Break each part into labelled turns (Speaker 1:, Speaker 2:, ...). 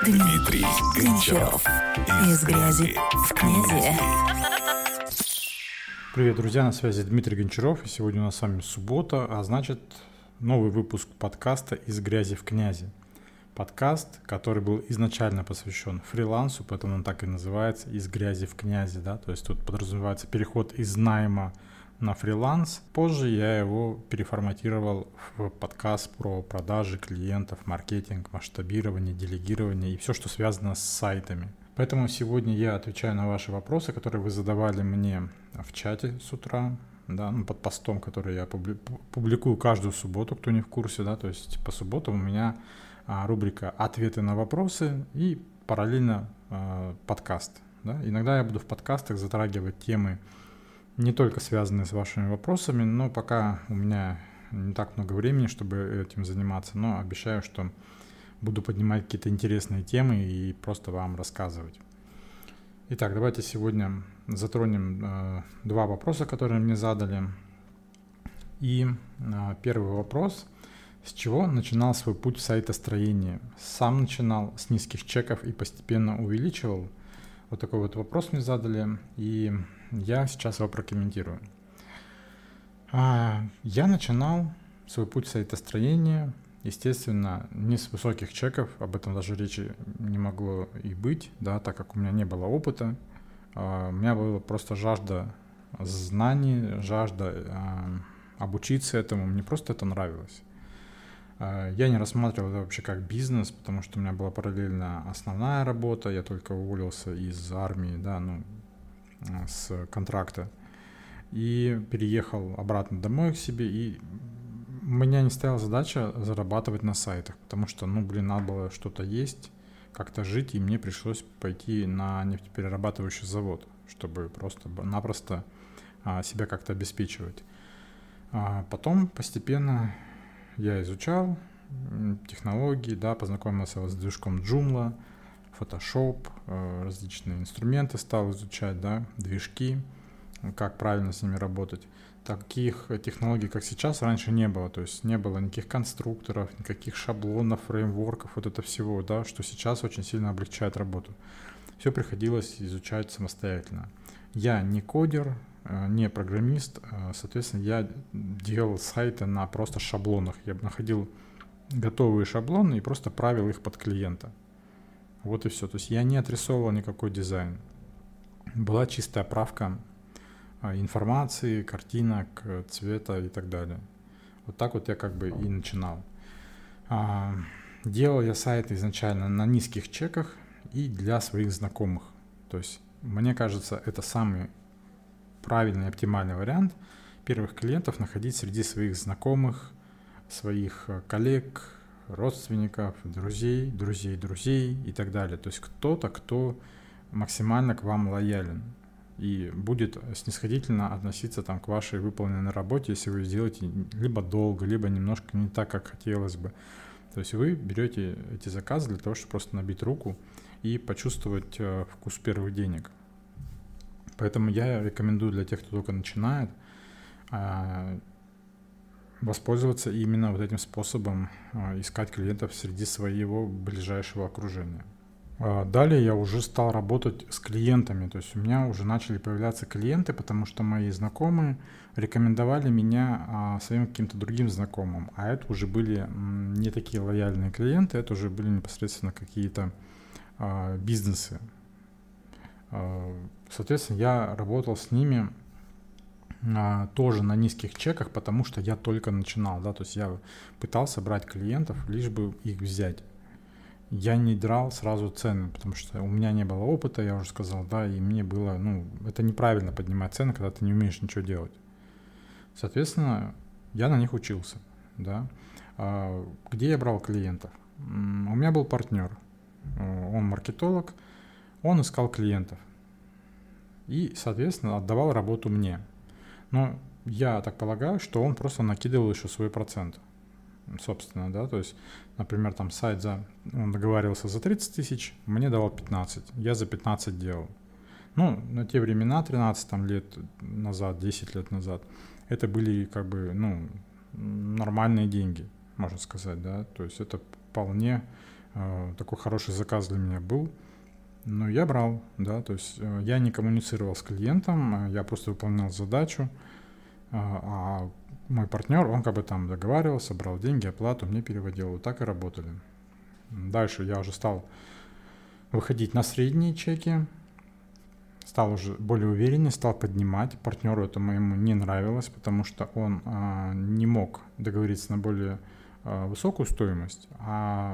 Speaker 1: Дмитрий Гончаров. Из грязи в князи.
Speaker 2: Привет, друзья, на связи Дмитрий Гончаров. И сегодня у нас с вами суббота, а значит новый выпуск подкаста «Из грязи в князи». Подкаст, который был изначально посвящен фрилансу, поэтому он так и называется «Из грязи в князи». Да? То есть тут подразумевается переход из найма на фриланс. Позже я его переформатировал в подкаст про продажи клиентов, маркетинг, масштабирование, делегирование и все, что связано с сайтами. Поэтому сегодня я отвечаю на ваши вопросы, которые вы задавали мне в чате с утра, да, под постом, который я публикую каждую субботу, кто не в курсе, да, то есть по субботам у меня рубрика «Ответы на вопросы» и параллельно подкаст. Да. Иногда я буду в подкастах затрагивать темы, не только связанные с вашими вопросами, но пока у меня не так много времени, чтобы этим заниматься, но обещаю, что буду поднимать какие-то интересные темы и просто вам рассказывать. Итак, давайте сегодня затронем два вопроса, которые мне задали. И первый вопрос. С чего начинал свой путь в сайтостроении? Сам начинал с низких чеков и постепенно увеличивал? Вот такой вот вопрос мне задали, и я сейчас его прокомментирую. Я начинал свой путь в сайтостроении, естественно, не с высоких чеков, об этом даже речи не могло и быть, да, так как у меня не было опыта. У меня была просто жажда знаний, жажда обучиться этому, мне просто это нравилось. Я не рассматривал это вообще как бизнес, потому что у меня была параллельно основная работа, я только уволился из армии, да, с контракта, и переехал обратно домой к себе, и у меня не стояла задача зарабатывать на сайтах, потому что, надо было что-то есть, как-то жить, и мне пришлось пойти на нефтеперерабатывающий завод, чтобы просто-напросто себя как-то обеспечивать. Потом постепенно я изучал технологии, да, познакомился с движком Joomla, Photoshop, различные инструменты стал изучать, да, движки, как правильно с ними работать. Таких технологий, как сейчас, раньше не было, то есть не было никаких конструкторов, никаких шаблонов, фреймворков, вот это всего, да, что сейчас очень сильно облегчает работу. Все приходилось изучать самостоятельно. Я не кодер, не программист, соответственно, я делал сайты на просто шаблонах. Я находил готовые шаблоны и просто правил их под клиента. Вот и все. То есть я не отрисовывал никакой дизайн. Была чистая правка информации, картинок, цвета и так далее. Вот так вот я и начинал. Делал я сайты изначально на низких чеках и для своих знакомых. То есть, мне кажется, это самый правильный, оптимальный вариант первых клиентов находить среди своих знакомых, своих коллег, родственников, друзей и так далее. То есть кто-то, кто максимально к вам лоялен и будет снисходительно относиться к вашей выполненной работе, если вы сделаете либо долго, либо немножко не так, как хотелось бы. То есть вы берете эти заказы для того, чтобы просто набить руку и почувствовать вкус первых денег. Поэтому я рекомендую для тех, кто только начинает, воспользоваться именно вот этим способом искать клиентов среди своего ближайшего окружения. Далее я уже стал работать с клиентами, то есть у меня уже начали появляться клиенты, потому что мои знакомые рекомендовали меня своим каким-то другим знакомым, а это уже были не такие лояльные клиенты, это уже были непосредственно какие-то бизнесы. Соответственно, я работал с ними тоже на низких чеках, потому что я только начинал, да, то есть я пытался брать клиентов, лишь бы их взять. Я не драл сразу цены, потому что у меня не было опыта, я уже сказал, да, и мне было, это неправильно поднимать цены, когда ты не умеешь ничего делать. Соответственно, я на них учился, да. Где я брал клиентов? У меня был партнер, он маркетолог, он искал клиентов и, соответственно, отдавал работу мне. Но я так полагаю, что он просто накидывал еще свой процент, собственно, да, то есть, например, сайт он договаривался за 30 тысяч, мне давал 15, я за 15 делал. На те времена, 13 лет назад, 10 лет назад, это были нормальные деньги, можно сказать, да, то есть это вполне такой хороший заказ для меня был. Но я брал, да, то есть я не коммуницировал с клиентом, я просто выполнял задачу, а мой партнер, он как бы там договаривался, брал деньги, оплату, мне переводил, вот так и работали. Дальше я уже стал выходить на средние чеки, стал уже более увереннее, стал поднимать. Партнеру это моему не нравилось, потому что он не мог договориться на более высокую стоимость, а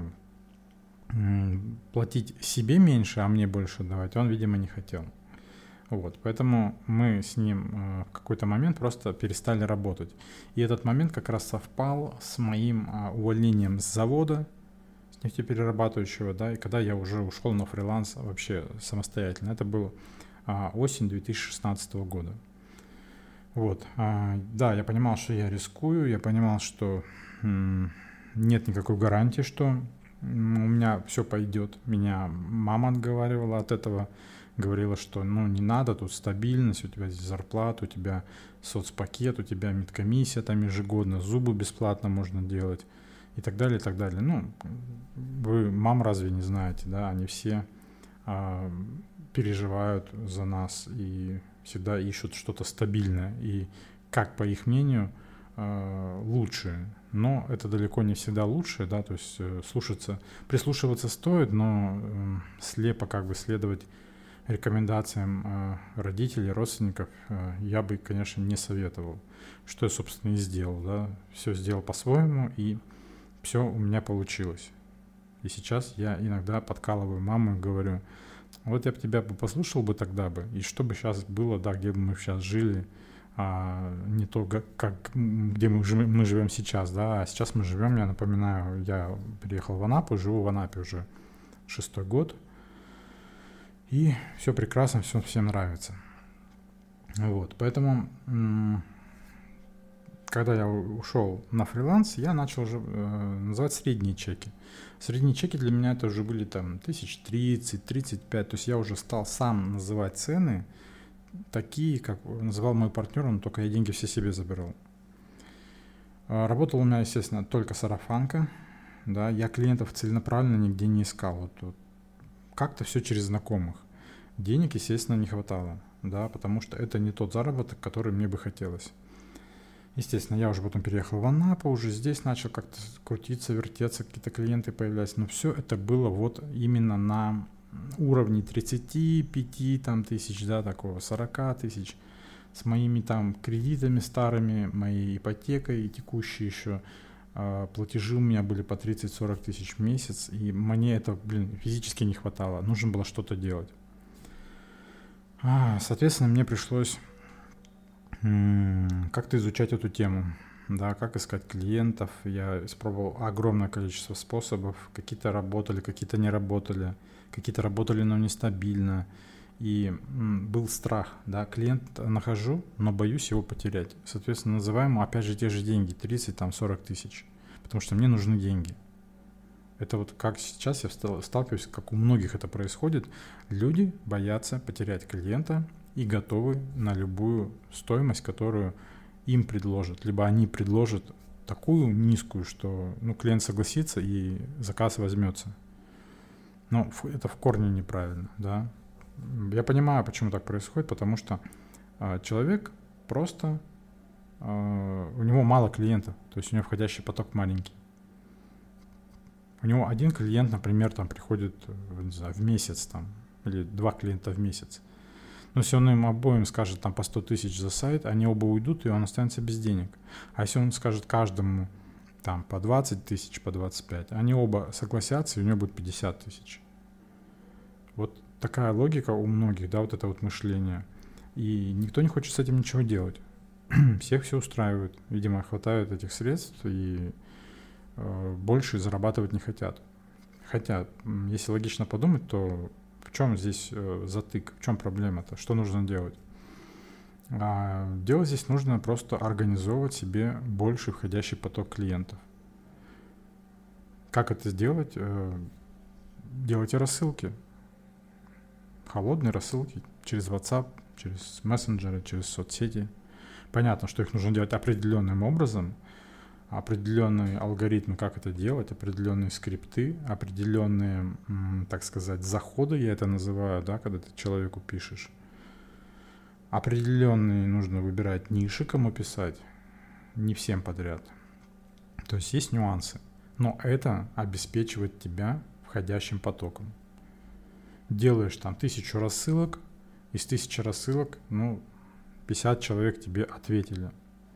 Speaker 2: платить себе меньше, а мне больше давать, он, видимо, не хотел. Вот, поэтому мы с ним в какой-то момент просто перестали работать. И этот момент как раз совпал с моим увольнением с завода, с нефтеперерабатывающего, да, и когда я уже ушел на фриланс вообще самостоятельно. Это был осень 2016 года. Вот, да, я понимал, что я рискую, я понимал, что нет никакой гарантии, что у меня все пойдет. Меня мама отговаривала от этого, говорила, что не надо, тут стабильность, у тебя здесь зарплата, у тебя соцпакет, у тебя медкомиссия там ежегодно, зубы бесплатно можно делать и так далее, и так далее. Вы мам разве не знаете, да, они все переживают за нас и всегда ищут что-то стабильное и, как по их мнению, лучшее. Но это далеко не всегда лучшее, да, то есть прислушиваться стоит, но слепо как бы следовать рекомендациям родителей, родственников я бы, конечно, не советовал. Что я, собственно, и сделал, да, все сделал по-своему, и все у меня получилось. И сейчас я иногда подкалываю маму и говорю: вот я бы тебя послушал бы тогда бы, и что бы сейчас было, да, где бы мы сейчас жили, не то, где мы живем сейчас, да, а сейчас мы живем, я напоминаю, я приехал в Анапу, живу в Анапе уже 6-й год, и все прекрасно, все всем нравится. Вот, поэтому, когда я ушел на фриланс, я начал уже называть средние чеки. Средние чеки для меня это уже были там 1030, 35, то есть я уже стал сам называть цены, такие, как называл мой партнер, но только я деньги все себе забирал. Работал у меня, естественно, только сарафанка, да, я клиентов целенаправленно нигде не искал, вот как-то все через знакомых. Денег, естественно, не хватало, да, потому что это не тот заработок, который мне бы хотелось. Естественно, я уже потом переехал в Анапу, уже здесь начал как-то крутиться, вертеться, какие-то клиенты появлялись, но все это было вот именно на уровне 35 там, тысяч, да, такого 40 тысяч, с моими там кредитами старыми, моей ипотекой и текущей еще, платежи у меня были по 30-40 тысяч в месяц, и мне это, физически не хватало, нужно было что-то делать. Соответственно, мне пришлось как-то изучать эту тему, да, как искать клиентов. Я испробовал огромное количество способов, какие-то работали, какие-то не работали, какие-то работали, но нестабильно. И был страх, да, клиент нахожу, но боюсь его потерять. Соответственно, называем ему опять же те же деньги, 30-40 тысяч, потому что мне нужны деньги. Это вот как сейчас я сталкиваюсь, как у многих это происходит. Люди боятся потерять клиента и готовы на любую стоимость, которую им предложат. Либо они предложат такую низкую, что клиент согласится и заказ возьмется. Но это в корне неправильно, да. Я понимаю, почему так происходит, потому что человек просто, у него мало клиентов, то есть у него входящий поток маленький. У него один клиент, например, там приходит, не знаю, в месяц там, или 2 клиента в месяц. Но если он им обоим скажет там по 100 тысяч за сайт, они оба уйдут, и он останется без денег. А если он скажет каждому там по 20 тысяч, по 25, они оба согласятся, и у него будет 50 тысяч. Вот такая логика у многих, да, вот это вот мышление. И никто не хочет с этим ничего делать. Всех все устраивает. Видимо, хватает этих средств, и больше зарабатывать не хотят. Хотя, если логично подумать, то в чем здесь затык, в чем проблема-то, что нужно делать? Делать здесь нужно просто организовывать себе больше входящий поток клиентов. Как это сделать? Делайте рассылки. Холодные рассылки через WhatsApp, через мессенджеры, через соцсети. Понятно, что их нужно делать определенным образом, определенные алгоритмы, как это делать, определенные скрипты, определенные, так сказать, заходы, я это называю, да, когда ты человеку пишешь. Определенные нужно выбирать ниши, кому писать, не всем подряд. То есть есть нюансы, но это обеспечивает тебя входящим потоком. Делаешь там 1000 рассылок, из 1000 рассылок, 50 человек тебе ответили.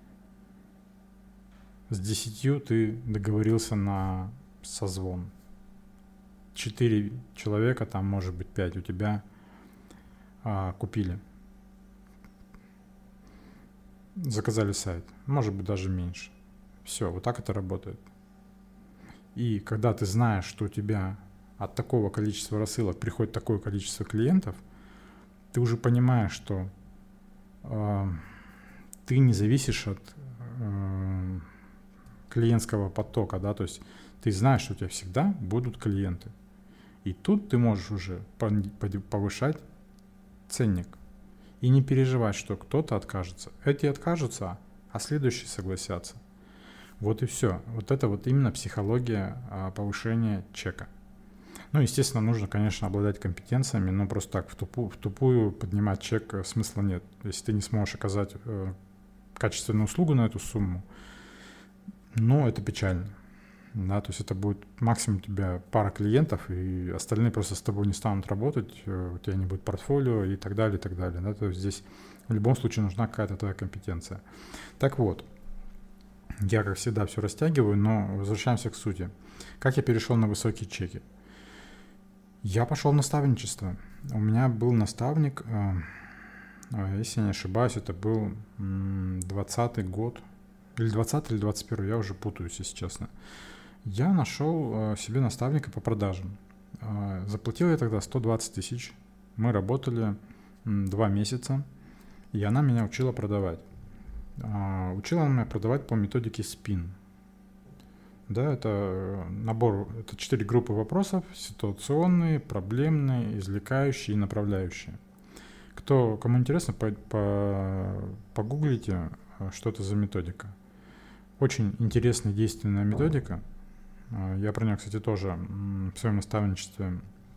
Speaker 2: С 10 ты договорился на созвон. 4 человека, там может быть 5 у тебя купили. Заказали сайт, может быть даже меньше. Все, вот так это работает. И когда ты знаешь, что у тебя от такого количества рассылок приходит такое количество клиентов, ты уже понимаешь, что ты не зависишь от клиентского потока, да, то есть ты знаешь, что у тебя всегда будут клиенты. И тут ты можешь уже повышать ценник. И не переживать, что кто-то откажется. Эти откажутся, а следующие согласятся. Вот и все. Вот это вот именно психология повышения чека. Естественно, нужно, конечно, обладать компетенциями, но просто так в тупую поднимать чек смысла нет. Если ты не сможешь оказать качественную услугу на эту сумму, это печально. Да, то есть это будет максимум у тебя пара клиентов, и остальные просто с тобой не станут работать, у тебя не будет портфолио и так далее, и так далее. Да, то есть здесь в любом случае нужна какая-то твоя компетенция. Так вот, я, как всегда, все растягиваю, но возвращаемся к сути. Как я перешел на высокие чеки? Я пошел в наставничество. У меня был наставник, если не ошибаюсь, это был 20-й год, или 20-й, или 21-й, я уже путаюсь, если честно. Я нашел себе наставника по продажам. Заплатил я тогда 120 тысяч. Мы работали 2 месяца, и она меня учила продавать. Учила она меня продавать по методике SPIN. Да, это набор, это 4 группы вопросов: ситуационные, проблемные, извлекающие и направляющие. Кому интересно, погуглите, что это за методика. Очень интересная, действенная методика. Я про нее, кстати, тоже в своем наставничестве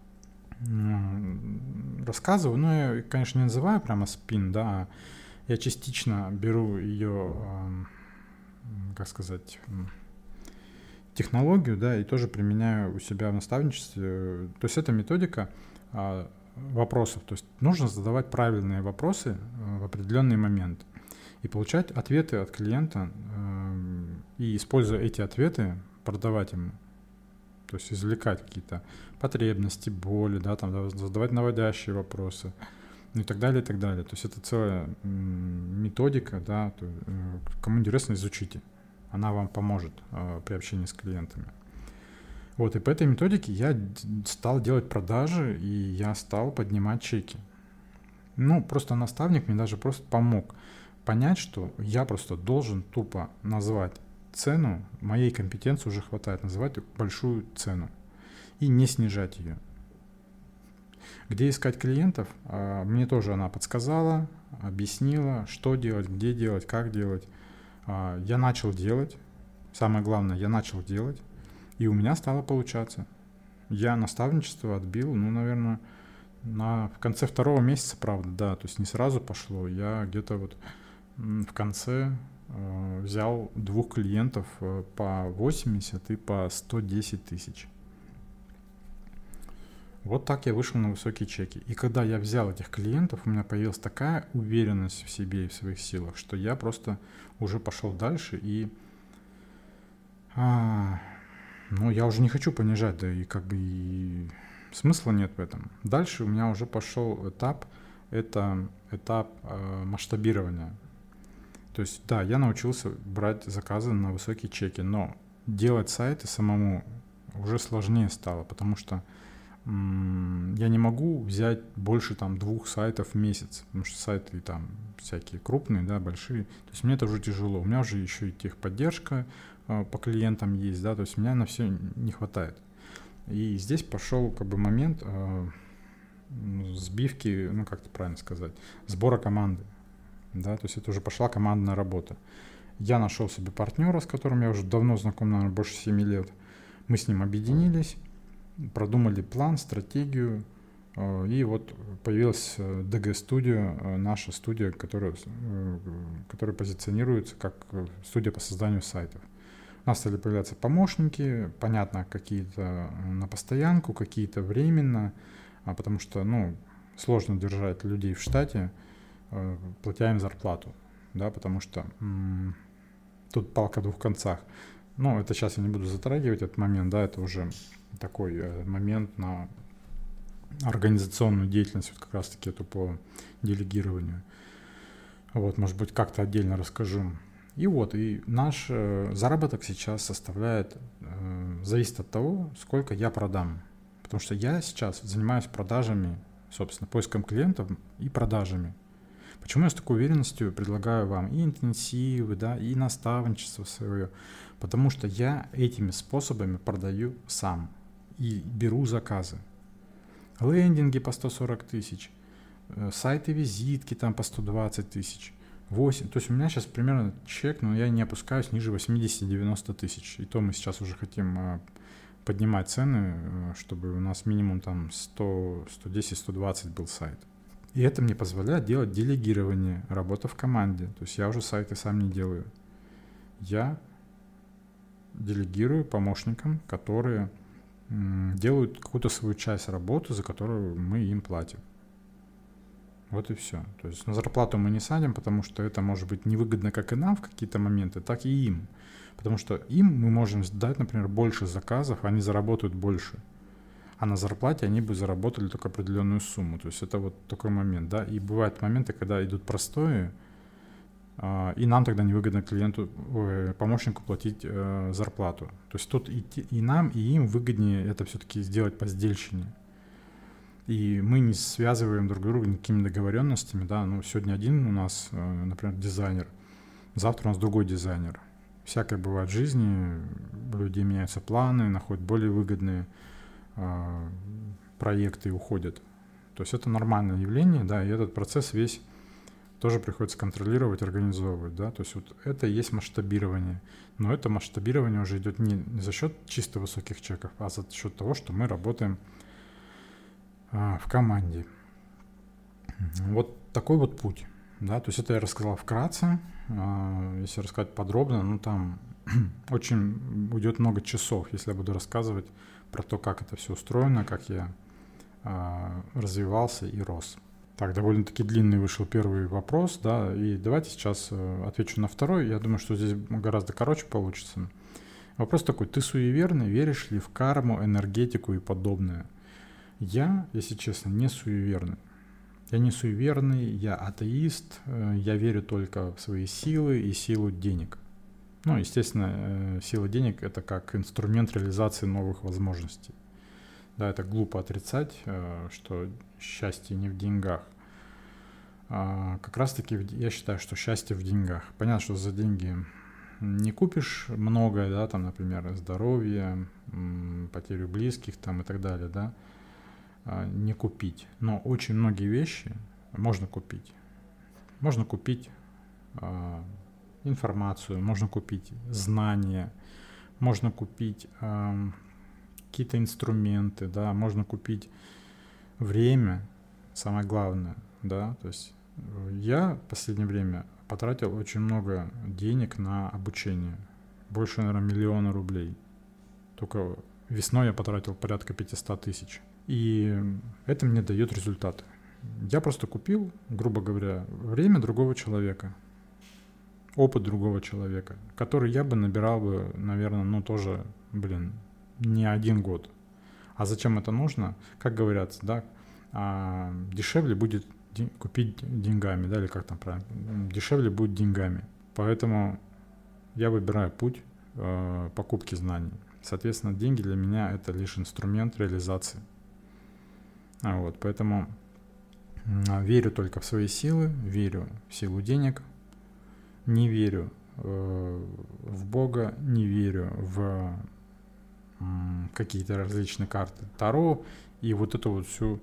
Speaker 2: рассказываю. Я, конечно, не называю прямо спин, да, я частично беру ее, технологию, да, и тоже применяю у себя в наставничестве. То есть это методика вопросов. То есть нужно задавать правильные вопросы в определенный момент и получать ответы от клиента, и, используя эти ответы, продавать ему. То есть извлекать какие-то потребности, боли, да, там, задавать наводящие вопросы, и так далее, и так далее. То есть это целая методика, да, кому интересно, изучите. Она вам поможет при общении с клиентами. Вот, и по этой методике я стал делать продажи, и я стал поднимать чеки. Просто наставник мне даже просто помог понять, что я просто должен тупо назвать цену, моей компетенции уже хватает называть большую цену и не снижать ее. Где искать клиентов, мне тоже она подсказала, объяснила, что делать, где делать, как делать. Я начал делать, самое главное, я начал делать, и у меня стало получаться. Я наставничество отбил, наверное, в конце 2-го месяца, правда, да, то есть не сразу пошло, я где-то вот в конце взял 2 клиентов по 80 и по 110 тысяч. Вот так я вышел на высокие чеки. И когда я взял этих клиентов, у меня появилась такая уверенность в себе и в своих силах, что я просто уже пошел дальше, и я уже не хочу понижать, да и и смысла нет в этом. Дальше у меня уже пошел этап, это этап масштабирования. То есть, да, я научился брать заказы на высокие чеки, но делать сайты самому уже сложнее стало, потому что я не могу взять больше 2 сайтов в месяц, потому что сайты там всякие крупные, да, большие. То есть мне это уже тяжело. У меня уже еще и техподдержка по клиентам есть, да, то есть меня на все не хватает. И здесь пошел момент сбивки, как это правильно сказать, сбора команды. Да, то есть это уже пошла командная работа. Я нашел себе партнера, с которым я уже давно знаком, наверное, больше 7 лет. Мы с ним объединились, продумали план, стратегию, и вот появилась DG Studio, наша студия, которая позиционируется как студия по созданию сайтов. У нас стали появляться помощники, понятно, какие-то на постоянку, какие-то временно, потому что, сложно держать людей в штате, платя им зарплату, да, потому что тут палка в двух концах. Это сейчас я не буду затрагивать этот момент, да, это уже такой момент на организационную деятельность, вот как раз-таки эту по делегированию. Вот, может быть, как-то отдельно расскажу. И наш заработок сейчас зависит от того, сколько я продам. Потому что я сейчас занимаюсь продажами, собственно, поиском клиентов и продажами. Почему я с такой уверенностью предлагаю вам и интенсивы, да, и наставничество свое? Потому что я этими способами продаю сам и беру заказы. Лендинги по 140 тысяч, сайты-визитки там по 120 тысяч, 8. То есть у меня сейчас примерно чек, но я не опускаюсь ниже 80-90 тысяч. И то мы сейчас уже хотим поднимать цены, чтобы у нас минимум там 100, 110, 120 был сайт. И это мне позволяет делать делегирование, работа в команде. То есть я уже сайты сам не делаю. Я делегирую помощникам, которые делают какую-то свою часть работы, за которую мы им платим. Вот и все. То есть на зарплату мы не садим, потому что это может быть невыгодно как и нам в какие-то моменты, так и им. Потому что им мы можем дать, например, больше заказов, они заработают больше. А на зарплате они бы заработали только определенную сумму. То есть это вот такой момент, да. И бывают моменты, когда идут простои, и нам тогда невыгодно помощнику платить зарплату. То есть тут и нам, и им выгоднее это все-таки сделать по сдельщине. И мы не связываем друг друга никакими договоренностями, да. Сегодня один у нас, например, дизайнер, завтра у нас другой дизайнер. Всякое бывает в жизни, у людей меняются планы, находят более выгодные проекты и уходят. То есть это нормальное явление, да, и этот процесс весь тоже приходится контролировать, организовывать, да, то есть вот это и есть масштабирование. Но это масштабирование уже идет не за счет чисто высоких чеков, а за счет того, что мы работаем в команде. Вот такой вот путь, да, то есть это я рассказал вкратце, если рассказать подробно, там очень уйдет много часов, если я буду рассказывать про то, как это все устроено, как я развивался и рос. Так, довольно-таки длинный вышел первый вопрос, да, и давайте сейчас отвечу на второй. Я думаю, что здесь гораздо короче получится. Вопрос такой: ты суеверный, веришь ли в карму, энергетику и подобное? Я, если честно, не суеверный. Я не суеверный, я атеист, я верю только в свои силы и силу денег. Естественно, сила денег — это как инструмент реализации новых возможностей. Да, это глупо отрицать, что счастье не в деньгах. Как раз-таки я считаю, что счастье в деньгах. Понятно, что за деньги не купишь многое, да, там, например, здоровье, потерю близких там и так далее, да, не купить. Но очень многие вещи можно купить. Можно купить информацию, можно купить знания, можно купить какие-то инструменты, да, можно купить время, самое главное, да, то есть я в последнее время потратил очень много денег на обучение, больше, наверное, 1 000 000 рублей, только весной я потратил порядка 500 тысяч, и это мне дает результаты. Я просто купил, грубо говоря, время другого человека, опыт другого человека, который я бы набирал бы, наверное, тоже, не 1 год. А зачем это нужно? Как говорят, да, дешевле будет купить деньгами, да, или как там правильно, дешевле будет деньгами. Поэтому я выбираю путь покупки знаний. Соответственно, деньги для меня — это лишь инструмент реализации. Поэтому верю только в свои силы, верю в силу денег, не верю в Бога, не верю в какие-то различные карты Таро и вот эту вот всю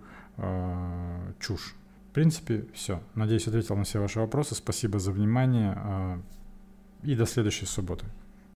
Speaker 2: чушь. В принципе, все. Надеюсь, ответил на все ваши вопросы. Спасибо за внимание. и до следующей субботы.